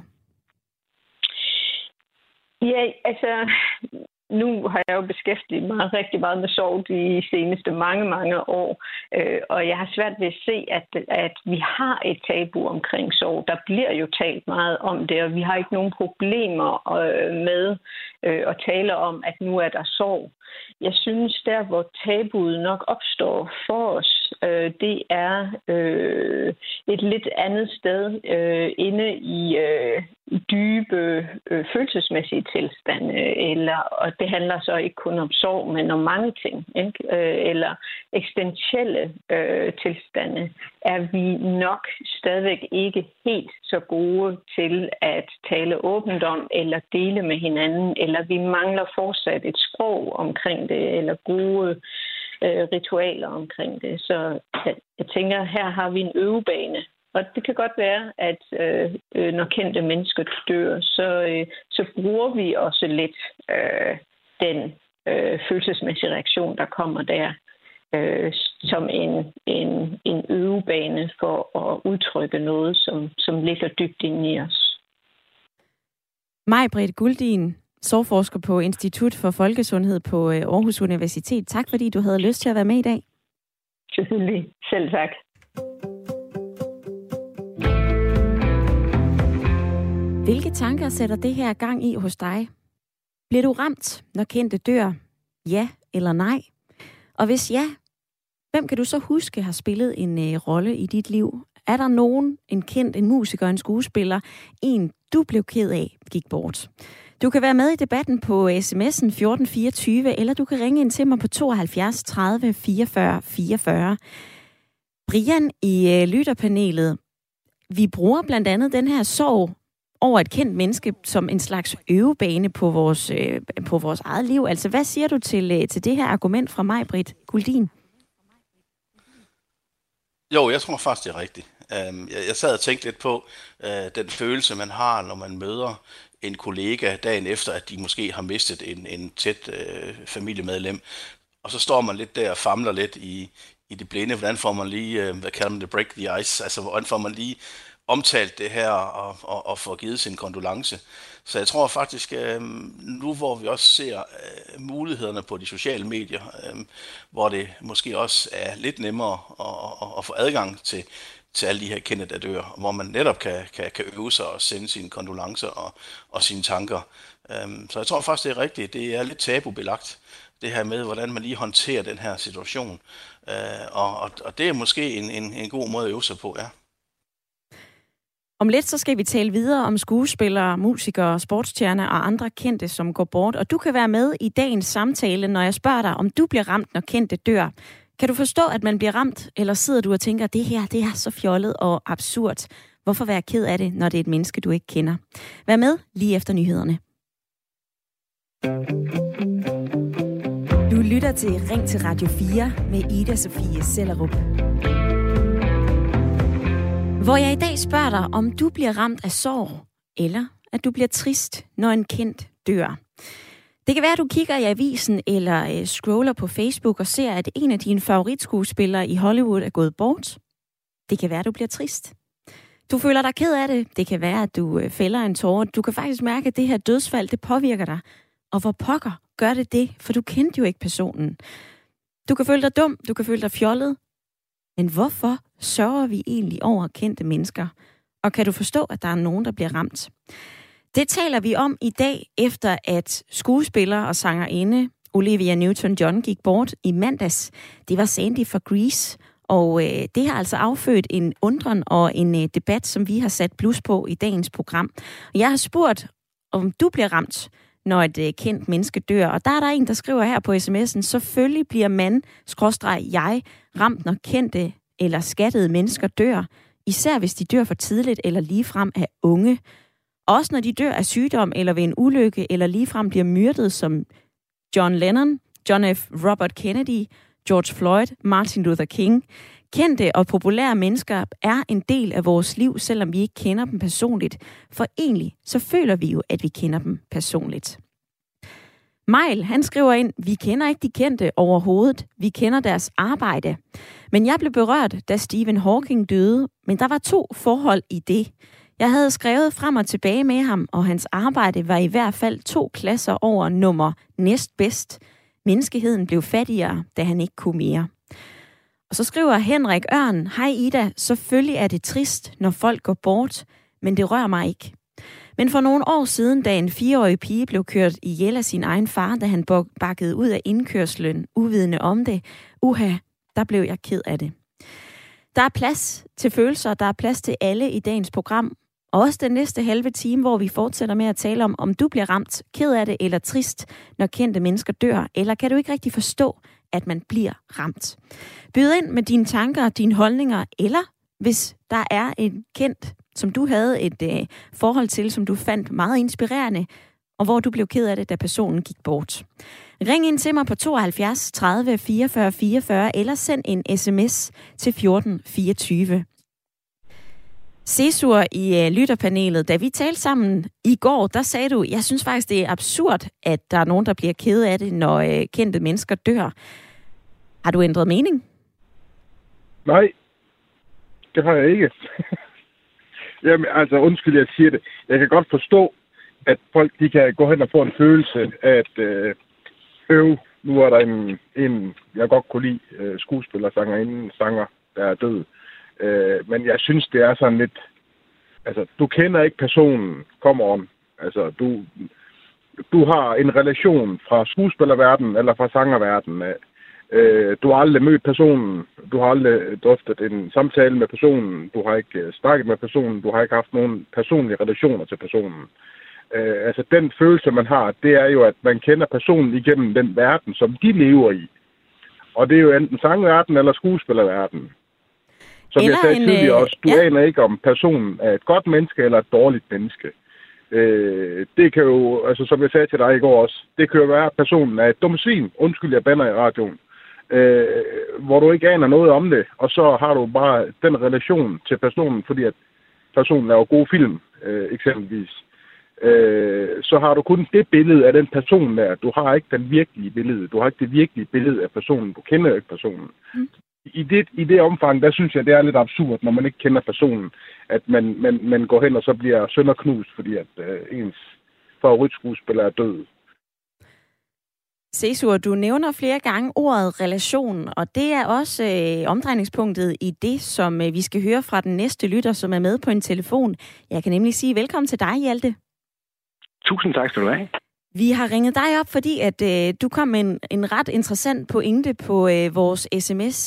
Ja, altså nu har jeg jo beskæftiget mig rigtig meget med sorg de seneste mange, mange år, øh, og jeg har svært ved at se, at, at vi har et tabu omkring sorg. Der bliver jo talt meget om det, og vi har ikke nogen problemer øh, med øh, at tale om, at nu er der sorg. Jeg synes, der hvor tabuet nok opstår for os, øh, det er øh, et lidt andet sted øh, inde i øh, dybe øh, følelsesmæssige tilstande, eller, og det handler så ikke kun om sorg, men om mange ting, ikke? Øh, eller eksistentielle øh, tilstande, er vi nok stadigvæk ikke helt så gode til at tale åbent om, eller dele med hinanden, eller vi mangler fortsat et sprog omkring det, eller gode øh, ritualer omkring det. Så jeg, jeg tænker, her har vi en øvebane. Og det kan godt være, at øh, når kendte mennesker dør, så, øh, så bruger vi også lidt øh, den øh, følelsesmæssige reaktion, der kommer der, øh, som en, en, en øvebane for at udtrykke noget, som, som ligger dybt inde i os. Maj-Britt Guldin, sorgforsker på Institut for Folkesundhed på Aarhus Universitet. Tak fordi du havde lyst til at være med i dag. Selvfølgelig. Selv tak. Hvilke tanker sætter det her gang i hos dig? Bliver du ramt, når kendte dør? Ja eller nej? Og hvis ja, hvem kan du så huske har spillet en øh, rolle i dit liv? Er der nogen, en kendt, en musiker, en skuespiller, en du blev ked af, gik bort? Du kan være med i debatten på sms'en fjorten fireogtyve, eller du kan ringe ind til mig på tooghalvfjerds tredive fireogfyrre fireogfyrre. Brian i øh, lytterpanelet, vi bruger blandt andet den her sorg over et kendt menneske som en slags øvebane på vores, øh, på vores eget liv. Altså, hvad siger du til, øh, til det her argument fra Maj-Britt Guldin? Jo, jeg tror faktisk, det er rigtigt. Um, jeg, jeg sad og tænkte lidt på uh, den følelse, man har, når man møder en kollega dagen efter, at de måske har mistet en, en tæt uh, familiemedlem. Og så står man lidt der og famler lidt i, i det blinde. Hvordan får man lige, uh, hvad kalder man det, break the ice? Altså, hvordan får man lige omtalt det her og, og, og få givet sin kondolence. Så jeg tror faktisk, øh, nu hvor vi også ser øh, mulighederne på de sociale medier, øh, hvor det måske også er lidt nemmere at, at, at få adgang til, til alle de her kendte, der dør, hvor man netop kan, kan, kan øve sig og sende sine kondolencer og, og sine tanker. Øh, så jeg tror faktisk, det er rigtigt. Det er lidt tabubelagt, det her med, hvordan man lige håndterer den her situation. Øh, og, og, og det er måske en, en, en god måde at øve sig på, ja. Om lidt så skal vi tale videre om skuespillere, musikere, sportsstjerner og andre kendte, som går bort. Og du kan være med i dagens samtale, når jeg spørger dig, om du bliver ramt, når kendte dør. Kan du forstå, at man bliver ramt, eller sidder du og tænker, det her det er så fjollet og absurd? Hvorfor være ked af det, når det er et menneske, du ikke kender? Vær med lige efter nyhederne. Du lytter til Ring til Radio fire med Ida Sofie Sellerup. Hvor jeg i dag spørger dig, om du bliver ramt af sorg, eller at du bliver trist, når en kendt dør. Det kan være, at du kigger i avisen eller øh, scroller på Facebook og ser, at en af dine favoritskuespillere i Hollywood er gået bort. Det kan være, at du bliver trist. Du føler dig ked af det. Det kan være, at du øh, fælder en tåre. Du kan faktisk mærke, at det her dødsfald, det påvirker dig. Og hvor pokker gør det det? For du kendte jo ikke personen. Du kan føle dig dum, du kan føle dig fjollet. Men hvorfor sørger vi egentlig over kendte mennesker? Og kan du forstå, at der er nogen, der bliver ramt? Det taler vi om i dag, efter at skuespiller og sangerinde Olivia Newton-John gik bort i mandags. Det var Sandy fra Grease, og øh, det har altså affødt en undren og en øh, debat, som vi har sat plus på i dagens program. Jeg har spurgt, om du bliver ramt, når et øh, kendt menneske dør. Og der er der en, der skriver her på sms'en, selvfølgelig bliver man, skråstreg jeg, ramt, når kendte eller skattede mennesker dør. Især hvis de dør for tidligt eller ligefrem er unge. Også når de dør af sygdom eller ved en ulykke eller ligefrem bliver myrdet som John Lennon, John F. Robert Kennedy, George Floyd, Martin Luther King. Kendte og populære mennesker er en del af vores liv, selvom vi ikke kender dem personligt. For egentlig så føler vi jo, at vi kender dem personligt. Mail, han skriver ind, vi kender ikke de kendte overhovedet. Vi kender deres arbejde. Men jeg blev berørt, da Stephen Hawking døde. Men der var to forhold i det. Jeg havde skrevet frem og tilbage med ham, og hans arbejde var i hvert fald to klasser over nummer næstbedst. Menneskeheden blev fattigere, da han ikke kunne mere. Og så skriver Henrik Ørn, hej Ida, selvfølgelig er det trist, når folk går bort, men det rører mig ikke. Men for nogle år siden, da en fireårig pige blev kørt ihjel af sin egen far, da han bakkede ud af indkørslen, uvidende om det, uha, der blev jeg ked af det. Der er plads til følelser, der er plads til alle i dagens program. Også den næste halve time, hvor vi fortsætter med at tale om, om du bliver ramt, ked af det eller trist, når kendte mennesker dør, eller kan du ikke rigtig forstå, at man bliver ramt. Byd ind med dine tanker og dine holdninger, eller hvis der er en kendt, som du havde et øh, forhold til, som du fandt meget inspirerende, og hvor du blev ked af det, da personen gik bort. Ring ind til mig på tooghalvfjerds tredive fireogfyrre fireogfyrre, eller send en sms til fjorten fireogtyve. Cesur i uh, lytterpanelet, da vi talte sammen i går, der sagde du, jeg synes faktisk, det er absurd, at der er nogen, der bliver ked af det, når uh, kendte mennesker dør. Har du ændret mening? Nej, det har jeg ikke. Jamen, altså, undskyld, jeg siger det. Jeg kan godt forstå, at folk de kan gå hen og få en følelse af, at øh, øv, nu er der en, en jeg godt kunne lide, øh, skuespiller, sanger, inden sanger, der er død. Øh, men jeg synes, det er sådan lidt... Altså, du kender ikke personen, come on. Altså, du, du har en relation fra skuespillerverdenen eller fra sangerverdenen. Øh, du har aldrig mødt personen. Du har aldrig drøftet en samtale med personen. Du har ikke snakket med personen. Du har ikke haft nogen personlige relationer til personen. Øh, altså, den følelse, man har, det er jo, at man kender personen igennem den verden, som de lever i. Og det er jo enten sangverden eller skuespillerverden. Som eller jeg sagde en, tidligere også, du ja. aner ikke, om personen er et godt menneske eller et dårligt menneske. Øh, det kan jo, altså som jeg sagde til dig i går også, det kan jo være, at personen er et dumt svin, undskyld, jeg bander i radioen, øh, hvor du ikke aner noget om det, og så har du bare den relation til personen, fordi at personen laver gode film, øh, eksempelvis. Øh, så har du kun det billede af den person der. Du har ikke den virkelige billede. Du har ikke det virkelige billede af personen. Du kender jo ikke personen. Mm. I det, I det omfang, der synes jeg, det er lidt absurd, når man ikke kender personen, at man, man, man går hen og så bliver sønderknust, fordi at øh, ens favoritskuespiller er død. Cesur, du nævner flere gange ordet relation, og det er også øh, omdrejningspunktet i det, som øh, vi skal høre fra den næste lytter, som er med på en telefon. Jeg kan nemlig sige velkommen til dig, Hjalte. Tusind tak skal du have. Vi har ringet dig op, fordi at øh, du kom med en, en ret interessant pointe på øh, vores sms,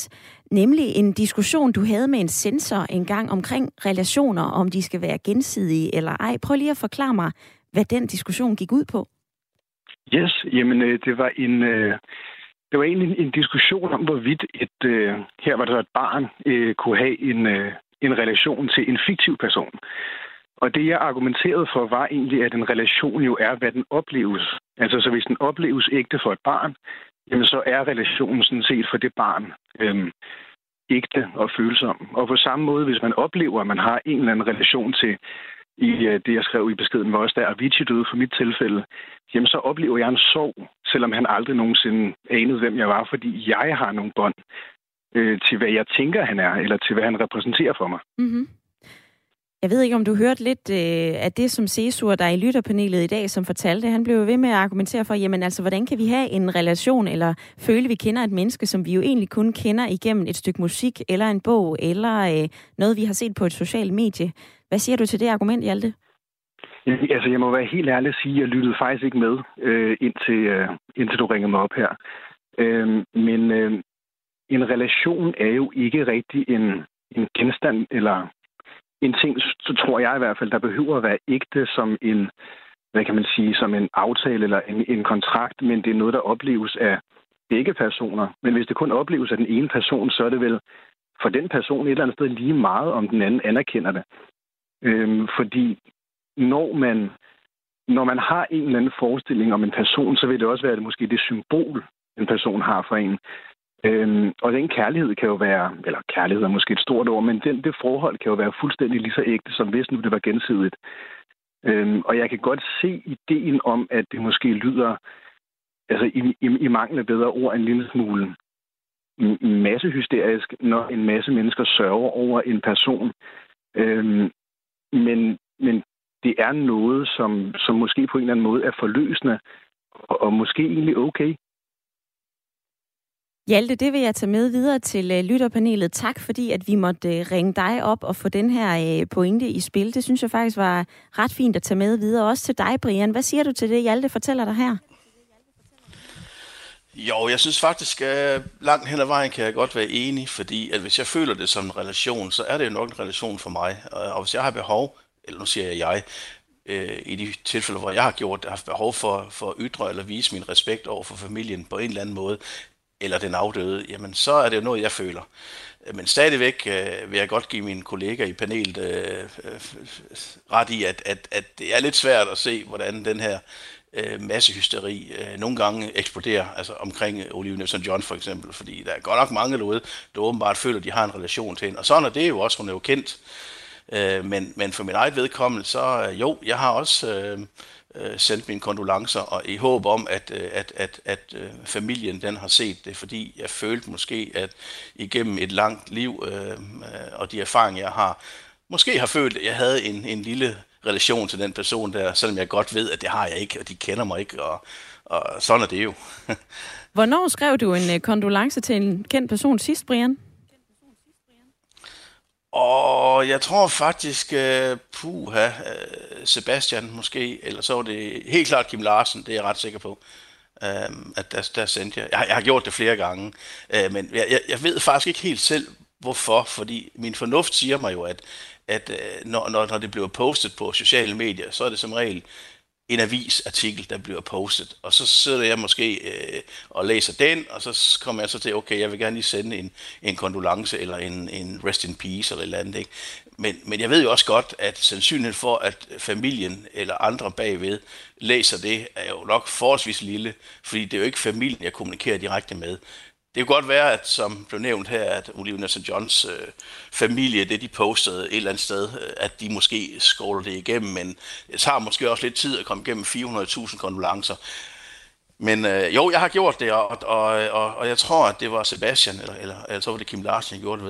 Nemlig en diskussion, du havde med en censor engang omkring relationer, om de skal være gensidige eller ej. Prøv lige at forklare mig, hvad den diskussion gik ud på. Yes, jamen det var en... Øh... Det var egentlig en diskussion om, hvorvidt et, øh, her var der et barn øh, kunne have en, øh, en relation til en fiktiv person. Og det, jeg argumenterede for, var egentlig, at en relation jo er, hvad den opleves. Altså, så hvis den opleves ægte for et barn, jamen, så er relationen sådan set for det barn øh, ægte og følsom. Og på samme måde, hvis man oplever, at man har en eller anden relation til, i det, jeg skrev i beskeden, hvor også der Avicii døde for mit tilfælde, jamen så oplever jeg en sorg, selvom han aldrig nogensinde anede, hvem jeg var, fordi jeg har nogle bånd øh, til, hvad jeg tænker, han er, eller til, hvad han repræsenterer for mig. Mm-hmm. Jeg ved ikke, om du hørte lidt øh, af det, som Cesur, der er i lytterpanelet i dag, som fortalte. Han blev ved med at argumentere for, jamen altså, hvordan kan vi have en relation, eller føle, vi kender et menneske, som vi jo egentlig kun kender igennem et stykke musik, eller en bog, eller øh, noget, vi har set på et socialt medie. Hvad siger du til det argument, Hjalte? Altså, jeg må være helt ærlig at sige, at jeg lyttede faktisk ikke med, øh, indtil, øh, indtil du ringede mig op her. Øh, men øh, en relation er jo ikke rigtig en, en genstand, eller en ting, så tror jeg i hvert fald, der behøver at være ægte som en, hvad kan man sige, som en aftale eller en, en kontrakt, men det er noget, der opleves af begge personer. Men hvis det kun opleves af den ene person, så er det vel for den person et eller andet sted lige meget, om den anden anerkender det. Øhm, fordi når man, når man har en eller anden forestilling om en person, så vil det også være det, måske det symbol, en person har for en. Øhm, og den kærlighed kan jo være, eller kærlighed er måske et stort ord, men den, det forhold kan jo være fuldstændig lige så ægte, som hvis nu det var gensidigt. Øhm, og jeg kan godt se ideen om, at det måske lyder, altså i, i, i mangel af bedre ord, en lille smule massehysterisk, når en masse mennesker sørger over en person. Øhm, men, men det er noget, som, som måske på en eller anden måde er forløsende, og, og måske egentlig okay. Hjalte, det vil jeg tage med videre til uh, lytterpanelet. Tak, fordi at vi måtte uh, ringe dig op og få den her uh, pointe i spil. Det synes jeg faktisk var ret fint at tage med videre. Også til dig, Brian. Hvad siger du til det, Hjalte fortæller dig her? Jo, jeg synes faktisk, at langt hen ad vejen kan jeg godt være enig, fordi at hvis jeg føler det som en relation, så er det jo nok en relation for mig. Og hvis jeg har behov, eller nu siger jeg jeg, øh, i de tilfælde, hvor jeg har gjort det, haft behov for, for at ytre eller vise min respekt over for familien på en eller anden måde, eller den afdøde, jamen så er det jo noget, jeg føler. Men stadigvæk øh, vil jeg godt give mine kolleger i panelet øh, øh, ret i, at, at, at det er lidt svært at se, hvordan den her øh, massehysteri øh, nogle gange eksploderer, altså omkring Olivia Newton-John for eksempel, fordi der er godt nok mange derude, der åbenbart føler, at de har en relation til hende. Og sådan er det jo også, hun er jo kendt. Øh, men, men for min eget vedkommende, så øh, jo, jeg har også øh, øh, sendt mine kondolencer, og i håb om, at, øh, at, at, at øh, familien den har set det, fordi jeg følte måske, at igennem et langt liv øh, øh, og de erfaringer, jeg har, måske har følt, at jeg havde en, en lille relation til den person der, selvom jeg godt ved, at det har jeg ikke, og de kender mig ikke, og, og sådan er det jo. Hvornår skrev du en kondolence til en kendt person sidst, Brian? Og jeg tror faktisk, uh, puha, uh, Sebastian måske, eller så var det helt klart Kim Larsen, det er jeg ret sikker på, uh, at der, der sendte jeg. jeg. Jeg har gjort det flere gange, uh, men jeg, jeg ved faktisk ikke helt selv, hvorfor, fordi min fornuft siger mig jo, at, at uh, når, når, når det bliver postet på sociale medier, så er det som regel en avisartikel, der bliver postet, og så sidder jeg måske øh, og læser den, og så kommer jeg så til, okay, jeg vil gerne lige sende en, en kondolence, eller en, en rest in peace, eller et eller andet, ikke? Men, men jeg ved jo også godt, at sandsynligheden for, at familien eller andre bagved læser det, er jo nok forholdsvis lille, fordi det er jo ikke familien, jeg kommunikerer direkte med. Det kan godt være, at som blev nævnt her, at Olivia Newton-Johns øh, familie, det de postede et eller andet sted, at de måske scroller det igennem, men det tager måske også lidt tid at komme igennem fire hundrede tusind kondolencer. Men øh, jo, jeg har gjort det, og, og, og, og jeg tror, at det var Sebastian, eller, eller, eller så var det Kim Larsen, jeg gjorde det ved.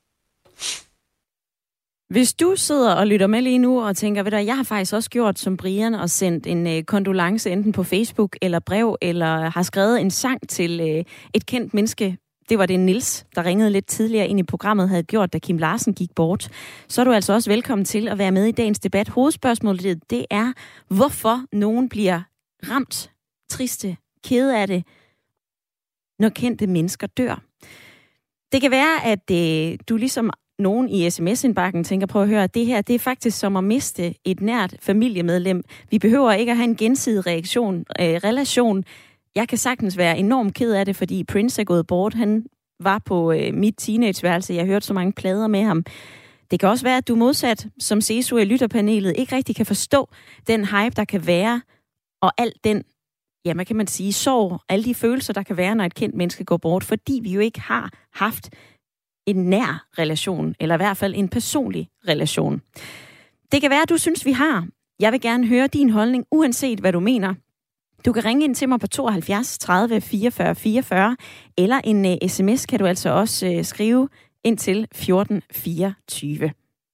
Hvis du sidder og lytter med lige nu og tænker, ved du, jeg har faktisk også gjort som Brian og sendt en øh, kondolence enten på Facebook eller brev, eller har skrevet en sang til øh, et kendt menneske. Det var det Niels, der ringede lidt tidligere ind i programmet, havde gjort, da Kim Larsen gik bort. Så er du altså også velkommen til at være med i dagens debat. Hovedspørgsmålet, det er, hvorfor nogen bliver ramt, triste, kede af det, når kendte mennesker dør. Det kan være, at øh, du ligesom nogen i sms-indbakken tænker, prøv at høre, det her, det er faktisk som at miste et nært familiemedlem. Vi behøver ikke at have en gensidig reaktion, øh, relation. Jeg kan sagtens være enormt ked af det, fordi Prince er gået bort. Han var på øh, mit teenageværelse. Jeg har hørt så mange plader med ham. Det kan også være, at du modsat, som Cesu i lytterpanelet, ikke rigtig kan forstå den hype, der kan være, og alt den, ja, hvad kan man sige, sorg, alle de følelser, der kan være, når et kendt menneske går bort, fordi vi jo ikke har haft en nær relation, eller i hvert fald en personlig relation. Det kan være, at du synes, vi har. Jeg vil gerne høre din holdning, uanset hvad du mener. Du kan ringe ind til mig på tooghalvfjerds tredive fireogfyrre fireogfyrre, eller en uh, sms kan du altså også uh, skrive ind til fjorten fireogtyve.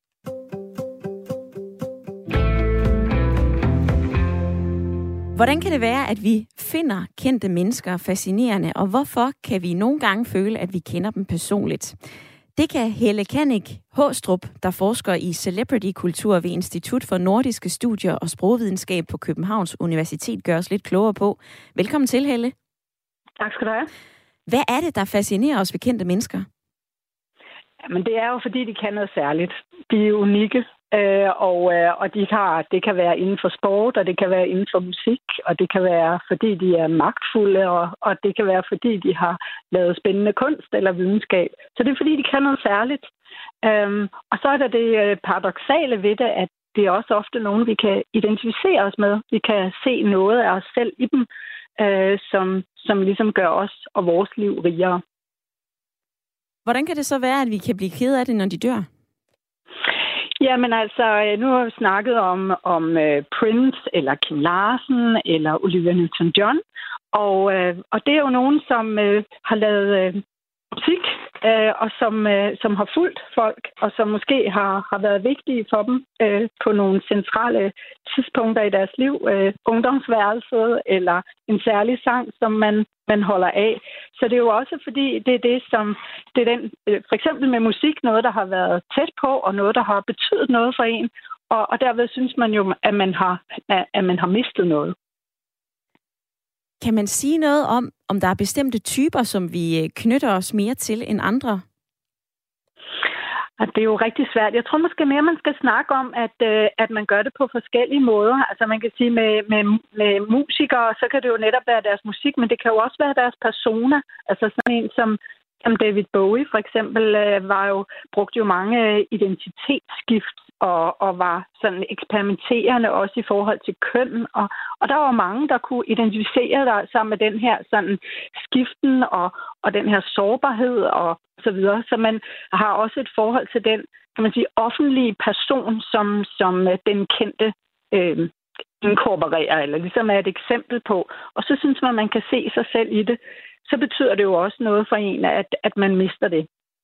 Hvordan kan det være, at vi finder kendte mennesker fascinerende, og hvorfor kan vi nogle gange føle, at vi kender dem personligt? Det kan Helle Kannik Håstrup, der forsker i celebrity-kultur ved Institut for Nordiske Studier og Sprogvidenskab på Københavns Universitet, gøre os lidt klogere på. Velkommen til, Helle. Tak skal du have. Hvad er det, der fascinerer os ved kendte mennesker? Jamen, det er jo, fordi de kan noget særligt. De er unikke, øh, og, øh, og de har, det kan være inden for sport, og det kan være inden for musik, og det kan være, fordi de er magtfulde, og, og det kan være, fordi de har lavet spændende kunst eller videnskab. Så det er, fordi de kan noget særligt. Øhm, og så er der det paradoksale ved det, at det er også ofte nogen, vi kan identificere os med. Vi kan se noget af os selv i dem, øh, som, som ligesom gør os og vores liv rigere. Hvordan kan det så være, at vi kan blive ked af det, når de dør? Jamen altså, nu har vi snakket om, om uh, Prince, eller Kim Larsen, eller Olivia Newton-John. Og, uh, og det er jo nogen, som uh, har lavet uh, musik, uh, og som, uh, som har fulgt folk, og som måske har, har været vigtige for dem uh, på nogle centrale tidspunkter i deres liv. Uh, ungdomsværelset, eller en særlig sang, som man, man holder af. Så det er jo også fordi, det er det, som det er den, for eksempel med musik, noget, der har været tæt på, og noget, der har betydet noget for en. Og, og derved synes man jo, at man har, at man har mistet noget. Kan man sige noget om, om der er bestemte typer, som vi knytter os mere til end andre? Det er jo rigtig svært. Jeg tror måske mere, man skal snakke om, at, at man gør det på forskellige måder. Altså man kan sige, med, med, med musikere, så kan det jo netop være deres musik, men det kan jo også være deres persona. Altså sådan en som, som David Bowie for eksempel, var jo, brugte jo mange identitetsskift og, og var sådan eksperimenterende også i forhold til køn. Og, og der var mange, der kunne identificere sig med den her sådan skiften og, og den her sårbarhed og så videre. Så man har også et forhold til den, kan man sige, offentlige person, som, som den kendte øh, inkorporerer, eller ligesom er et eksempel på. Og så synes man, man kan se sig selv i det. Så betyder det jo også noget for en, at, at man mister det.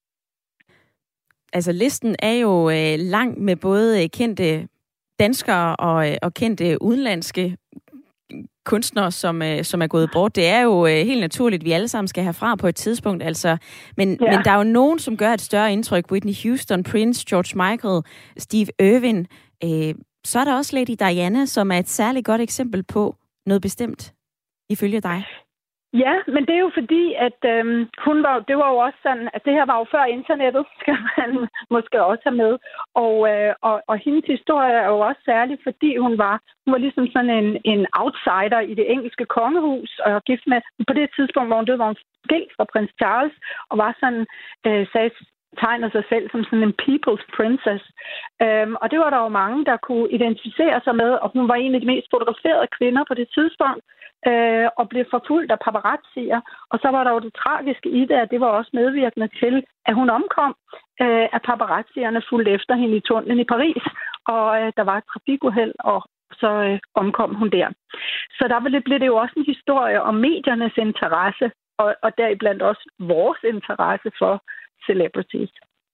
Altså listen er jo øh, lang med både kendte danskere og, og kendte udenlandske kunstnere, som, øh, som er gået bort. Det er jo øh, helt naturligt, at vi alle sammen skal herfra på et tidspunkt. Altså. Men, ja. men der er jo nogen, som gør et større indtryk. Whitney Houston, Prince, George Michael, Steve Irwin. Øh, så er der også Lady Diana, som er et særligt godt eksempel på noget bestemt, ifølge dig. Ja, men det er jo fordi, at øhm, hun var, det var jo også sådan, at det her var jo før internettet, skal man måske også have med. Og, øh, og, og hendes historie er jo også særlig, fordi hun var, hun var ligesom sådan en, en outsider i det engelske kongehus, og gift med, på det tidspunkt, hvor hun døde, var hun skilt fra prins Charles, og var sådan, øh, sagde, tegnede sig selv som sådan en people's princess. Øhm, og det var der jo mange, der kunne identificere sig med, og hun var en af de mest fotograferede kvinder på det tidspunkt, øh, og blev forfulgt af paparazzier. Og så var der jo det tragiske i det, at det var også medvirkende til, at hun omkom, øh, at paparazzierne fulgte efter hende i tunnelen i Paris, og øh, der var et trafikuheld, og så øh, omkom hun der. Så der blev det jo også en historie om mediernes interesse, og, og deriblandt også vores interesse for celebrities.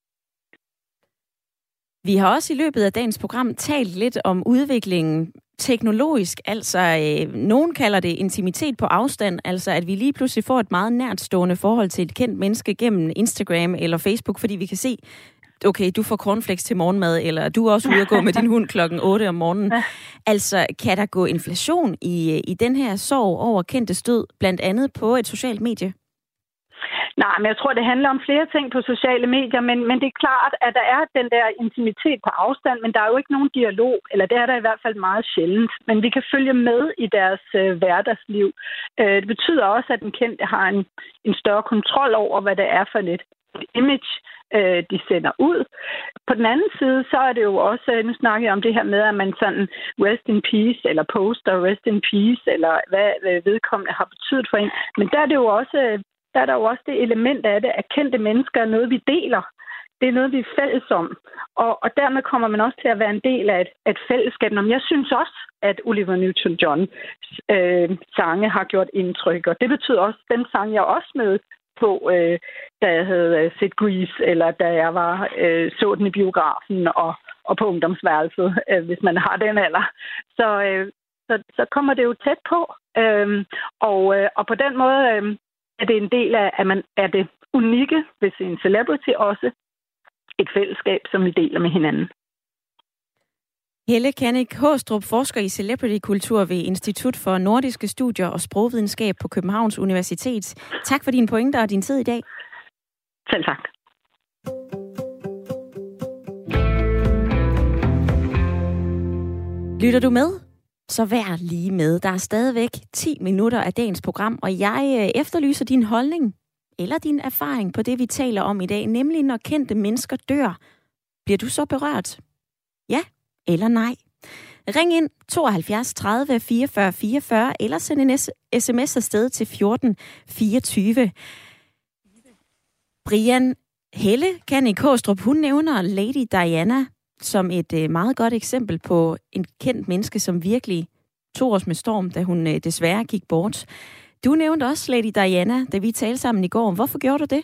Vi har også i løbet af dagens program talt lidt om udviklingen teknologisk, altså øh, nogen kalder det intimitet på afstand, altså at vi lige pludselig får et meget nærtstående forhold til et kendt menneske gennem Instagram eller Facebook, fordi vi kan se, okay, du får cornflakes til morgenmad, eller du er også ude at gå med din hund klokken otte om morgenen. Altså, kan der gå inflation i, i den her sorg over kendte stød, blandt andet på et socialt medie? Nej, men jeg tror, det handler om flere ting på sociale medier, men, men det er klart, at der er den der intimitet på afstand, men der er jo ikke nogen dialog, eller det er der i hvert fald meget sjældent. Men vi kan følge med i deres øh, hverdagsliv. Øh, det betyder også, at den kendte har en, en større kontrol over, hvad det er for et image, øh, de sender ud. På den anden side, så er det jo også, nu snakker jeg om det her med, at man sådan rest in peace, eller poster rest in peace, eller hvad vedkommende har betydet for en. Men der er det jo også, der er der jo også det element af det, at kendte mennesker er noget, vi deler. Det er noget, vi er fælles om. Og, og dermed kommer man også til at være en del af et, et fællesskab. Men jeg synes også, at Olivia Newton-John øh, sange har gjort indtryk. Og det betyder også, at den sang jeg også med på, øh, da jeg havde øh, set Grease, eller da jeg var øh, så den i biografen og, og på ungdomsværelset, øh, hvis man har den alder. Så, øh, så, så kommer det jo tæt på. Øh, og, øh, og på den måde øh, er det en del af, at man er det unikke ved sin celebrity også et fællesskab, som vi deler med hinanden. Helle Kannik Håstrup, forsker i celebrity-kultur ved Institut for Nordiske Studier og Sprogvidenskab på Københavns Universitet. Tak for dine pointer og din tid i dag. Selv tak. Lytter du med? Så vær lige med. Der er stadigvæk ti minutter af dagens program, og jeg efterlyser din holdning eller din erfaring på det, vi taler om i dag, nemlig når kendte mennesker dør. Bliver du så berørt? Ja eller nej? Ring ind tooghalvfjerds tredive fireogfyrre fireogfyrre eller send en sms afsted til fjorten fireogtyve. Brian Helle Kannik Håstrup, hun nævner Lady Diana som et øh, meget godt eksempel på en kendt menneske, som virkelig tog os med storm, da hun øh, desværre gik bort. Du nævnte også Lady Diana, da vi talte sammen i går. Hvorfor gjorde du det?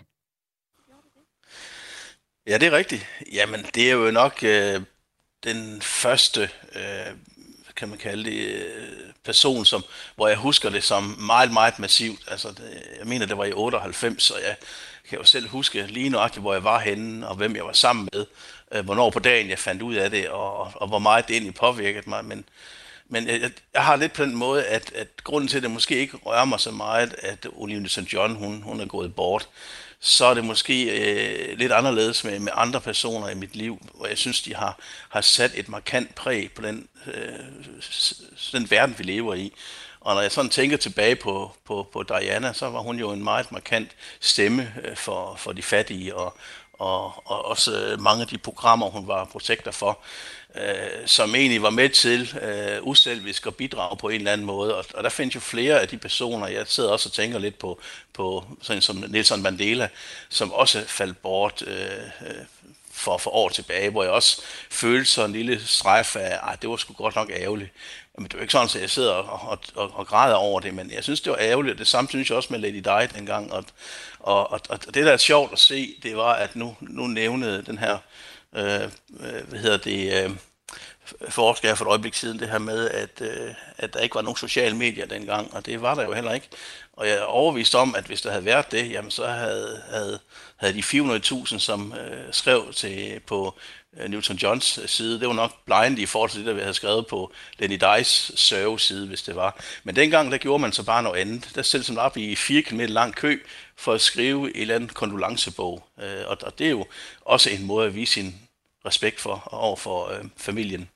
Ja, det er rigtigt. Jamen, det er jo nok øh, den første, øh, kan man kalde det, øh, person, som, hvor jeg husker det som meget, meget massivt. Altså, det, jeg mener, det var i otteoghalvfems, og jeg kan jo selv huske lige nøjagtigt, hvor jeg var henne, og hvem jeg var sammen med, øh, hvornår på dagen jeg fandt ud af det, og, og hvor meget det egentlig påvirkede mig. Men, men jeg, jeg har lidt på den måde, at, at grunden til, at det måske ikke rører mig så meget, at Olivia Newton-John, hun, hun er gået bort, så er det måske øh, lidt anderledes med, med andre personer i mit liv, hvor jeg synes, de har, har sat et markant præg på den, øh, den verden, vi lever i. Og når jeg sådan tænker tilbage på, på, på Diana, så var hun jo en meget markant stemme for, for de fattige, og, og, og også mange af de programmer, hun var protektor for, øh, som egentlig var med til øh, uselvisk at bidrage på en eller anden måde. Og, og der findes jo flere af de personer, jeg sidder også og tænker lidt på, på sådan som Nelson Mandela, som også faldt bort øh, for, for år tilbage, hvor jeg også følte sådan en lille strejf af, at det var sgu godt nok ærgerligt. Men det er jo ikke sådan, at jeg sidder og, og, og, og græder over det, men jeg synes, det var ærgerligt. Det samme synes jeg også med Lady Di dengang. Og, og, og, og det, der er sjovt at se, det var, at nu, nu nævnede den her, øh, hvad hedder det, øh, forsker for et øjeblik siden, det her med, at, øh, at der ikke var nogen sociale medier dengang, og det var der jo heller ikke. Og jeg er overbevist om, at hvis der havde været det, jamen så havde, havde, havde de fire hundrede tusind, som øh, skrev til på Newton-Johns side, det var nok blinde i forhold til det, der vi havde skrevet på Lenny Dice serve-side, hvis det var. Men dengang, der gjorde man så bare noget andet. Der stillede man op i fire kilometer lang kø for at skrive en eller anden kondolencebog. Og, og det er jo også en måde at vise sin respekt for over for øh, familien.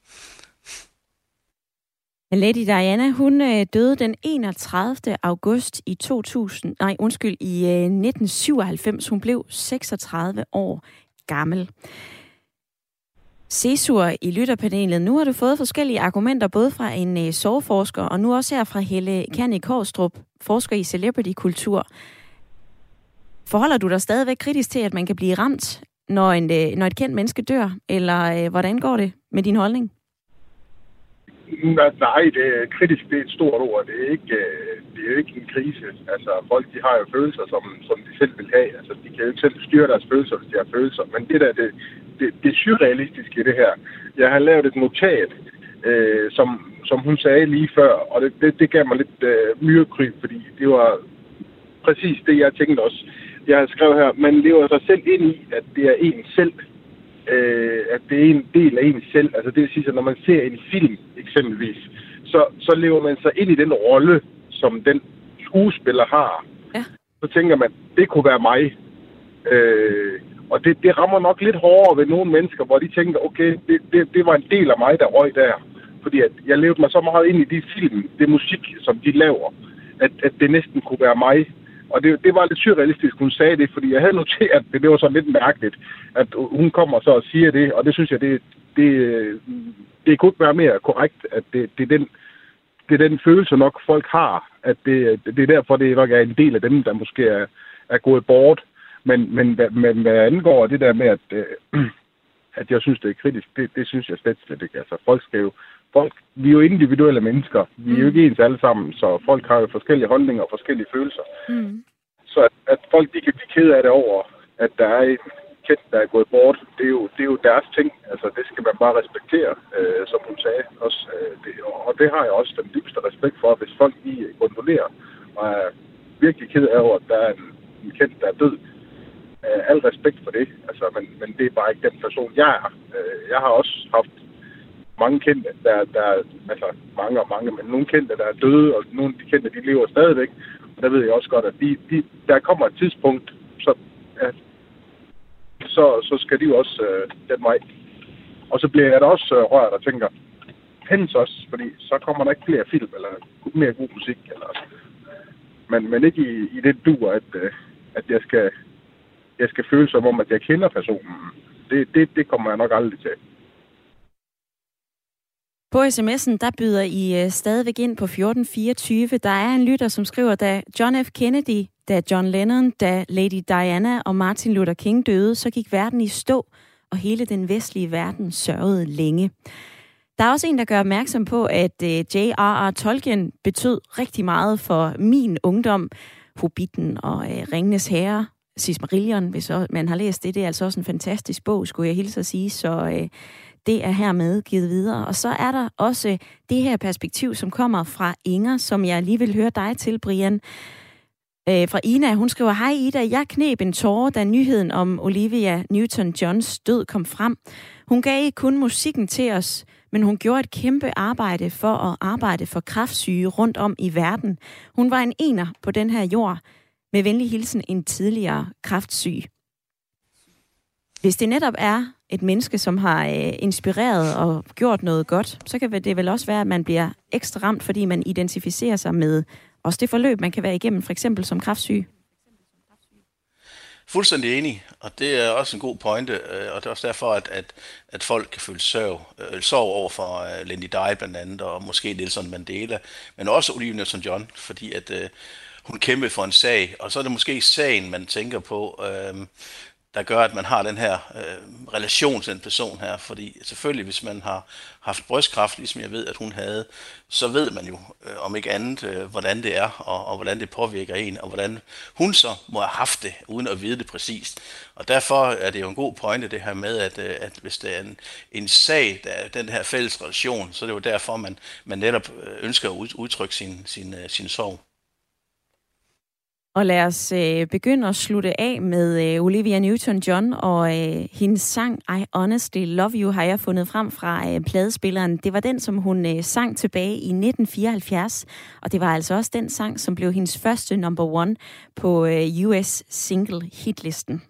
Lady Diana, hun øh, døde den enogtredivte august i to tusind, nej, undskyld, i øh, nitten syvoghalvfems. Hun blev seksogtredive år gammel. Cesur i lytterpanelet. Nu har du fået forskellige argumenter, både fra en øh, sorgforsker, og nu også her fra Helle Kannik Håstrup, forsker i celebrity-kultur. Forholder du dig stadigvæk kritisk til, at man kan blive ramt, når, en, øh, når et kendt menneske dør? Eller øh, hvordan går det med din holdning? Nej, det er kritisk, det er et stort ord. Det er ikke, det er ikke en krise. Altså, folk, de har jo følelser, som, som de selv vil have. Altså, de kan jo ikke selv styre deres følelser, hvis de har følelser. Men det der, det, det, det er surrealistisk i det her. Jeg har lavet et notat, øh, som, som hun sagde lige før, og det, det, det gav mig lidt øh, myrekryb, fordi det var præcis det, jeg tænkte også. Jeg har skrevet her, man lever sig selv ind i, at det er en selv. Øh, at det er en del af en selv. Altså det vil sige, at når man ser en film eksempelvis, så, så lever man sig ind i den rolle, som den skuespiller har. Ja. så tænker man, det kunne være mig. Øh, og det, det rammer nok lidt hårdere ved nogle mennesker, hvor de tænker, okay, det, det, det var en del af mig, der røg der. Fordi at jeg levede mig så meget ind i de film, det musik, som de laver, at, at det næsten kunne være mig. Og det, det var lidt surrealistisk, hun sagde det, fordi jeg havde noteret, at det, det var så lidt mærkeligt, at hun kommer så og siger det, og det synes jeg, det, det, det kunne ikke være mere korrekt, at det, det, er den, det er den følelse nok, folk har, at det, det er derfor, det nok er en del af dem, der måske er, er gået bort. Men, men, men hvad angår det der med, at, øh, at jeg synes, det er kritisk, det, det synes jeg slet slet ikke. Altså, folk skal jo, folk, vi er jo individuelle mennesker. Vi er jo ikke ens alle sammen, så folk har jo forskellige holdninger og forskellige følelser. Mm. Så at, at folk, de kan blive ked af det over, at der er en kendt, der er gået bort, det er jo, det er jo deres ting. Altså, det skal man bare respektere, øh, som hun sagde også. Øh, det, og det har jeg også den dybeste respekt for, hvis folk lige kontrollerer og er virkelig ked af over, at der er en, en kendt, der er død. Uh, al respekt for det, altså, men, men det er bare ikke den person, jeg er. Uh, jeg har også haft mange kendte, der, der altså mange og mange, men nogle kendte, der er døde, og nogle af de kendte, de lever stadigvæk. Og der ved jeg også godt, at de, de, der kommer et tidspunkt, så, ja, så, så skal de jo også uh, den vej. Og så bliver jeg da også uh, rørt og tænker, hens også, fordi så kommer der ikke flere film, eller mere god musik, eller men, men ikke i, i det duer, at, uh, at jeg skal jeg skal føle som om, at jeg kender personen. Det, det, det kommer jeg nok aldrig til. På sms'en, der byder I uh, stadigvæk ind på fjorten fireogtyve. Der er en lytter, som skriver, da John F. Kennedy, da John Lennon, da Lady Diana og Martin Luther King døde, så gik verden i stå, og hele den vestlige verden sørgede længe. Der er også en, der gør opmærksom på, at uh, J R R. Tolkien betød rigtig meget for min ungdom. Hobbiten og uh, Ringenes Herre, Silmarillion, hvis man har læst det, det er altså også en fantastisk bog, skulle jeg hilse at sige, så øh, det er hermed givet videre. Og så er der også det her perspektiv, som kommer fra Inger, som jeg lige vil høre dig til, Brian. Øh, fra Ina, hun skriver, hej Ida, jeg kneb en tåre, da nyheden om Olivia Newton-Johns død kom frem. Hun gav ikke kun musikken til os, men hun gjorde et kæmpe arbejde for at arbejde for kræftsyge rundt om i verden. Hun var en ener på den her jord. Med venlig hilsen, en tidligere kræftsyg. Hvis det netop er et menneske, som har øh, inspireret og gjort noget godt, så kan det vel også være, at man bliver ekstra ramt, fordi man identificerer sig med også det forløb, man kan være igennem, for eksempel som kræftsyg. Fuldstændig enig, og det er også en god pointe, og det er også derfor, at, at, at folk kan føle sorg, øh, sorg over for uh, Lenny Dye blandt andet, og måske Nelson Mandela, men også Olivia Newton-John, fordi at øh, hun kæmpede for en sag, og så er det måske sagen, man tænker på, øh, der gør, at man har den her øh, relation til en person her. Fordi selvfølgelig, hvis man har haft brystkræft, ligesom jeg ved, at hun havde, så ved man jo, øh, om ikke andet, øh, hvordan det er, og, og hvordan det påvirker en, og hvordan hun så må have haft det, uden at vide det præcist. Og derfor er det jo en god pointe, det her med, at, øh, at hvis det er en, en sag, der er den her fælles relation, så er det jo derfor, man, man netop ønsker at udtrykke sin, sin, sin sorg. Og lad os øh, begynde at slutte af med øh, Olivia Newton-John og øh, hendes sang I Honestly Love You har jeg fundet frem fra øh, pladespilleren. Det var den, som hun øh, sang tilbage i nitten fireoghalvfjerds, og det var altså også den sang, som blev hendes første number one på øh, U S single hitlisten.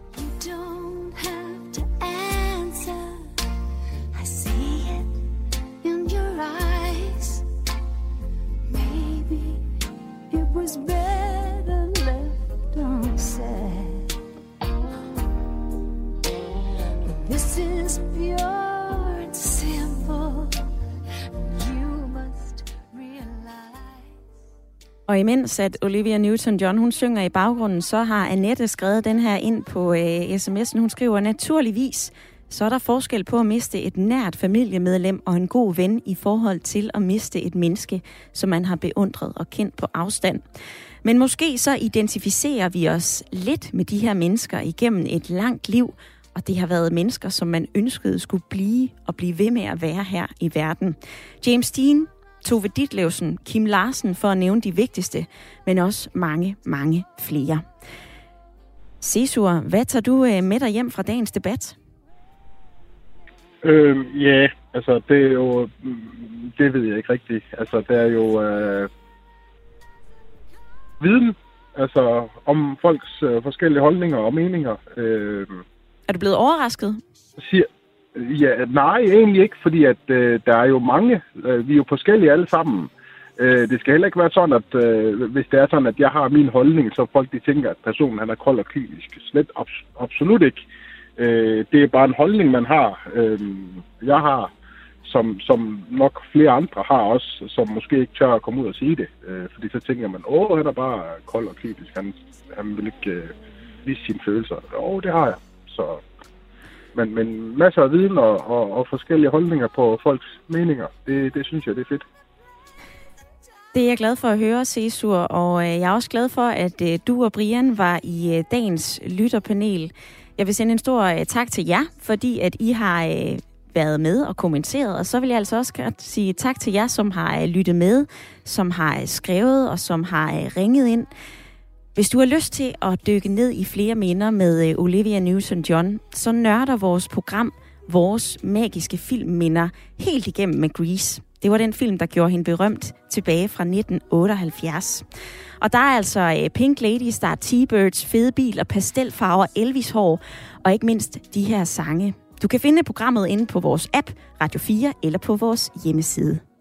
Og imens at Olivia Newton-John, hun synger i baggrunden, så har Annette skrevet den her ind på øh, sms'en. Hun skriver, naturligvis, så er der forskel på at miste et nært familiemedlem og en god ven i forhold til at miste et menneske, som man har beundret og kendt på afstand. Men måske så identificerer vi os lidt med de her mennesker igennem et langt liv, og det har været mennesker, som man ønskede skulle blive og blive ved med at være her i verden. James Dean, Tove Ditlevsen, Kim Larsen, for at nævne de vigtigste, men også mange, mange flere. Cesur, hvad tager du med dig hjem fra dagens debat? Øhm, ja, altså det er jo, det ved jeg ikke rigtigt. Altså der er jo øh, viden, Altså, om folks øh, forskellige holdninger og meninger. Øh, er du blevet overrasket? Siger, ja, nej, egentlig ikke, fordi at øh, der er jo mange. Øh, vi er jo forskellige alle sammen. Øh, det skal heller ikke være sådan, at øh, hvis det er sådan, at jeg har min holdning, så folk de tænker, at personen han er kold og kynisk. Slet abs- absolut ikke. Øh, det er bare en holdning, man har. Øh, jeg har, som, som nok flere andre har også, som måske ikke tør at komme ud og sige det. Øh, fordi så tænker man, åh, han er bare kold og kynisk. Han, han vil ikke øh, vise sine følelser. Åh, det har jeg. Så, men, men masser af viden og, og, og forskellige holdninger på folks meninger, det, det synes jeg, det er fedt. Det er jeg glad for at høre, Cesur, og jeg er også glad for, at du og Brian var i dagens lytterpanel. Jeg vil sende en stor tak til jer, fordi at I har været med og kommenteret, og så vil jeg altså også godt sige tak til jer, som har lyttet med, som har skrevet og som har ringet ind. Hvis du har lyst til at dykke ned i flere minder med Olivia Newton-John, så nørder vores program vores magiske filmminder helt igennem med Grease. Det var den film, der gjorde hende berømt tilbage fra nitten otteoghalvfjerds. Og der er altså Pink Ladies, der er T-Birds, fede bil og pastelfarver, Elvis-hår og ikke mindst de her sange. Du kan finde programmet inde på vores app, Radio fire, eller på vores hjemmeside.